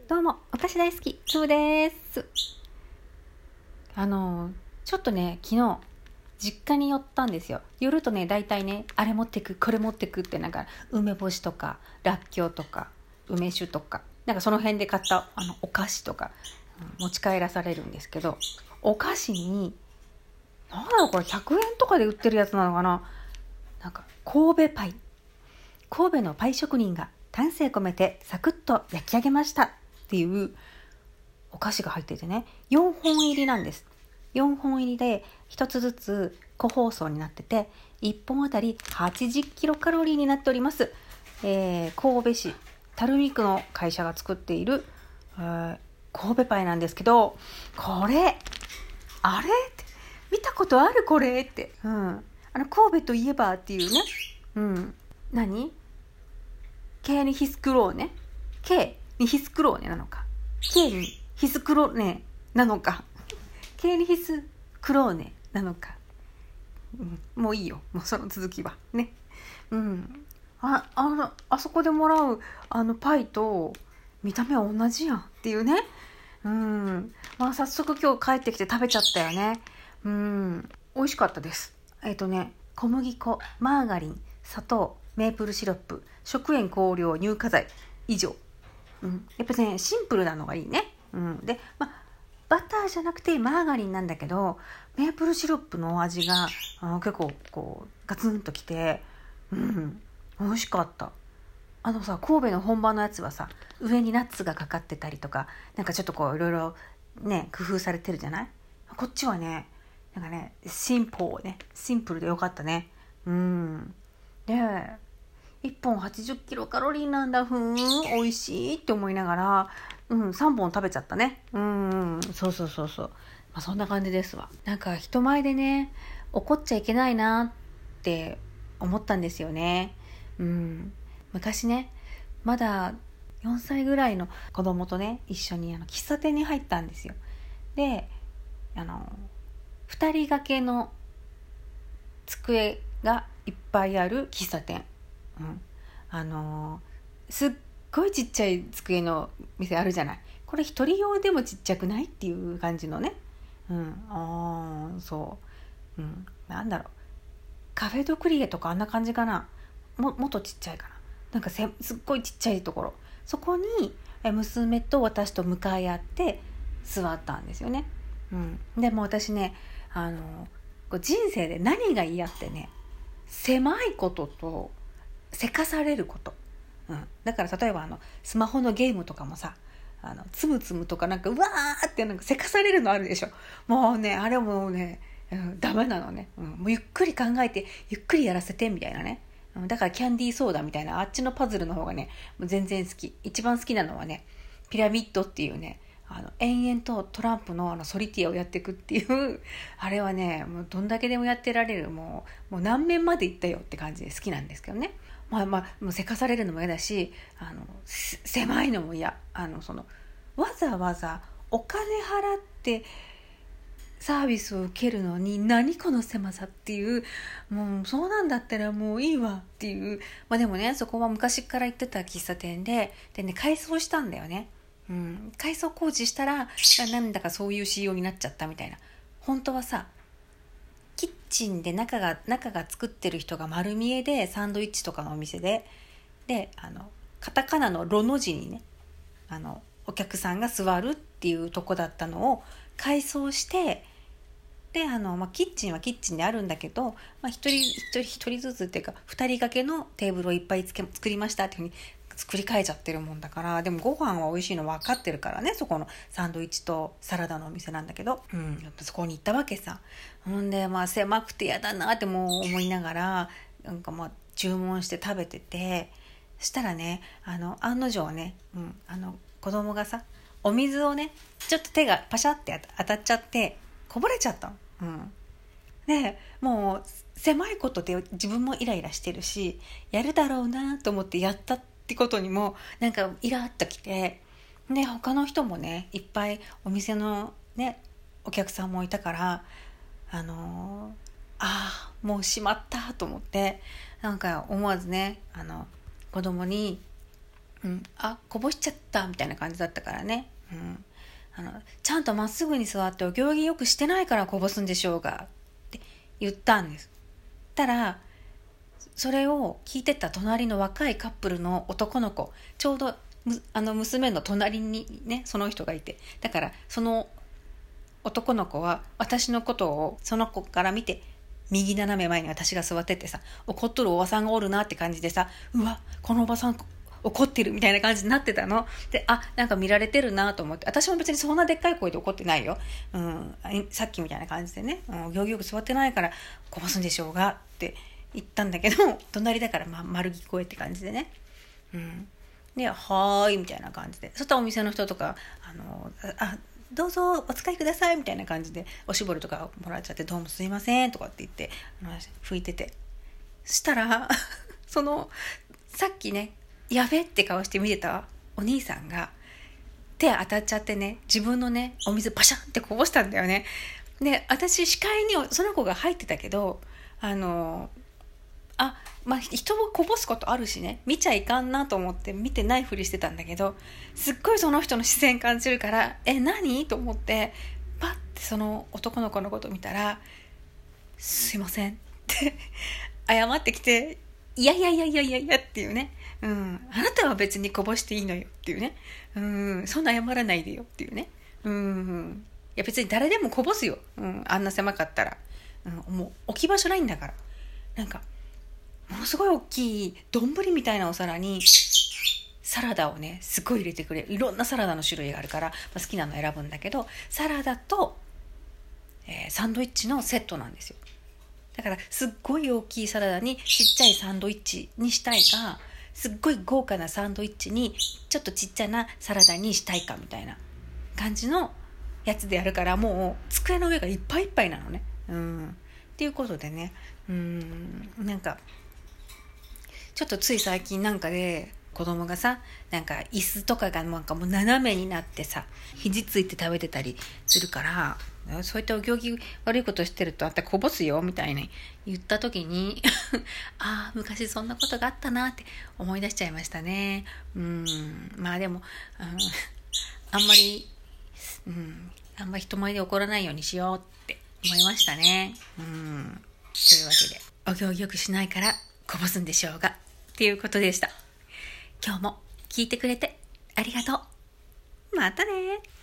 どうも、お菓子大好き、つぶです。ちょっとね、昨日、実家に寄ったんですよ。寄るとね、大体ね、あれ持ってく、これ持ってくって、梅干しとか、らっきょうとか、梅酒とか、その辺で買ったお菓子とか、持ち帰らされるんですけど、お菓子に、なんだろうこれ、100円とかで売ってるやつなのかな。神戸パイ。神戸のパイ職人が丹精込めてサクッと焼き上げましたっていうお菓子が入っててね、4本入りなんです。4本入りで1つずつ個包装になってて、1本あたり80キロカロリーになっております。神戸市垂水区の会社が作っている、神戸パイなんですけど、これあれって見たことあるこれって、神戸といえばっていうね、何K にヒスクローネ K にヒスクローネなのか K にヒスクローネなのか K にヒスクローネなのか、もういいよ、もうその続きはね。あそこでもらうパイと見た目は同じやんっていうね。早速今日帰ってきて食べちゃったよね。美味しかったです。小麦粉、マーガリン、砂糖、メープルシロップ、食塩香料、乳化剤以上。やっぱね、シンプルなのがいいね。で、バターじゃなくてマーガリンなんだけど、メープルシロップの味が結構こうガツンときて、美味しかった。神戸の本場のやつはさ、上にナッツがかかってたりとか、ちょっとこういろいろね工夫されてるじゃない。こっちはね、シンプルでよかったね。で、1本80キロカロリーなんだ、美味しいって思いながら、3本食べちゃったね。そう。そんな感じですわ。人前でね、怒っちゃいけないなって思ったんですよね。昔ね、まだ4歳ぐらいの子供とね、一緒に喫茶店に入ったんですよ。で、2人掛けの机がいっぱいある喫茶店。すっごいちっちゃい机の店あるじゃない。これ一人用でもちっちゃくないっていう感じのね。なんだろう。カフェドクリエとかあんな感じかな。もっとちっちゃいかな。すっごいちっちゃいところ。そこに娘と私と向かい合って座ったんですよね。でも私ね、人生で何が嫌ってね、狭いこととせかされること。だから例えばスマホのゲームとかもさ、つむつむとかうわーってせかされるのあるでしょ。もうね、あれもうね、ダメなのね。もうゆっくり考えてゆっくりやらせてみたいなね。だからキャンディーソーダみたいなあっちのパズルの方がね、もう全然好き。一番好きなのはね、ピラミッドっていうね、延々とトランプのソリティアをやっていくっていうあれはね、もうどんだけでもやってられる、もう何面までいったよって感じで好きなんですけどね。もうせかされるのも嫌だし、狭いのも嫌。わざわざお金払ってサービスを受けるのに何この狭さっていう、もうそうなんだったらもういいわっていう。でもね、そこは昔から行ってた喫茶店でね、改装したんだよね。改装工事したらなんだかそういう仕様になっちゃったみたいな。本当はさ、キッチンで中が作ってる人が丸見えで、サンドイッチとかのお店でカタカナのロの字にね、お客さんが座るっていうとこだったのを改装して、でキッチンはキッチンであるんだけど、一人ずつっていうか2人掛けのテーブルをいっぱい作りましたっていう風に作り変えちゃってるもんだから。でもご飯は美味しいの分かってるからね、そこのサンドイッチとサラダのお店なんだけど、やっぱそこに行ったわけさ。で狭くて嫌だなってもう思いながら注文して食べてて、そしたらね、案の定ね、子供がさ、お水をね、ちょっと手がパシャって当たっちゃってこぼれちゃったの。でもう狭いことで自分もイライラしてるし、やるだろうなと思ってやったってことにもイラッときて、で他の人もね、いっぱいお店のねお客さんもいたから、もうしまったと思って、思わずね子供にこぼしちゃったみたいな感じだったからね、ちゃんとまっすぐに座ってお行儀よくしてないからこぼすんでしょうがって言ったんです。たらそれを聞いてた隣の若いカップルの男の子、ちょうど娘の隣にねその人がいて、だからその男の子は私のことをその子から見て、右斜め前に私が座っててさ、怒っとるおばさんがおるなって感じでさ、うわこのおばさん怒ってるみたいな感じになってたので、なんか見られてるなと思って、私も別にそんなでっかい声で怒ってないよ、さっきみたいな感じでね、行儀よく座ってないからこぼすんでしょうがって言ったんだけど、隣だから丸聞こえって感じでね、ではーいみたいな感じで、そしたらお店の人とかどうぞお使いくださいみたいな感じでおしぼりとかもらっちゃって、どうもすいませんとかって言って拭いてて、そしたらそのさっきねやべって顔して見てたお兄さんが手当たっちゃってね、自分のねお水バシャンってこぼしたんだよね。で私視界にその子が入ってたけど、人をこぼすことあるしね、見ちゃいかんなと思って見てないふりしてたんだけど、すっごいその人の視線感じるから、何と思ってパッてその男の子のこと見たら、すいませんって謝ってきて、いやっていうね、あなたは別にこぼしていいのよっていうね、そんな謝らないでよっていうね、いや別に誰でもこぼすよ、あんな狭かったら、もう置き場所ないんだから、なんかものすごい大きい丼みたいなお皿にサラダをねすごい入れてくれる。いろんなサラダの種類があるから、好きなの選ぶんだけど、サラダと、サンドイッチのセットなんですよ。だからすっごい大きいサラダにちっちゃいサンドイッチにしたいか、すっごい豪華なサンドイッチにちょっとちっちゃなサラダにしたいかみたいな感じのやつでやるから、もう机の上がいっぱいいっぱいなのね。っていうことでね、なんかちょっとつい最近なんかで子供がさ、なんか椅子とかがなんかもう斜めになってさ、肘ついて食べてたりするから、そういったお行儀悪いことしてるとあんたこぼすよみたいに言った時に昔そんなことがあったなって思い出しちゃいましたね。でも、あんまり人前で怒らないようにしようって思いましたね。というわけで、お行儀よくしないからこぼすんでしょうがっていうことでした。今日も聞いてくれてありがとう。またね。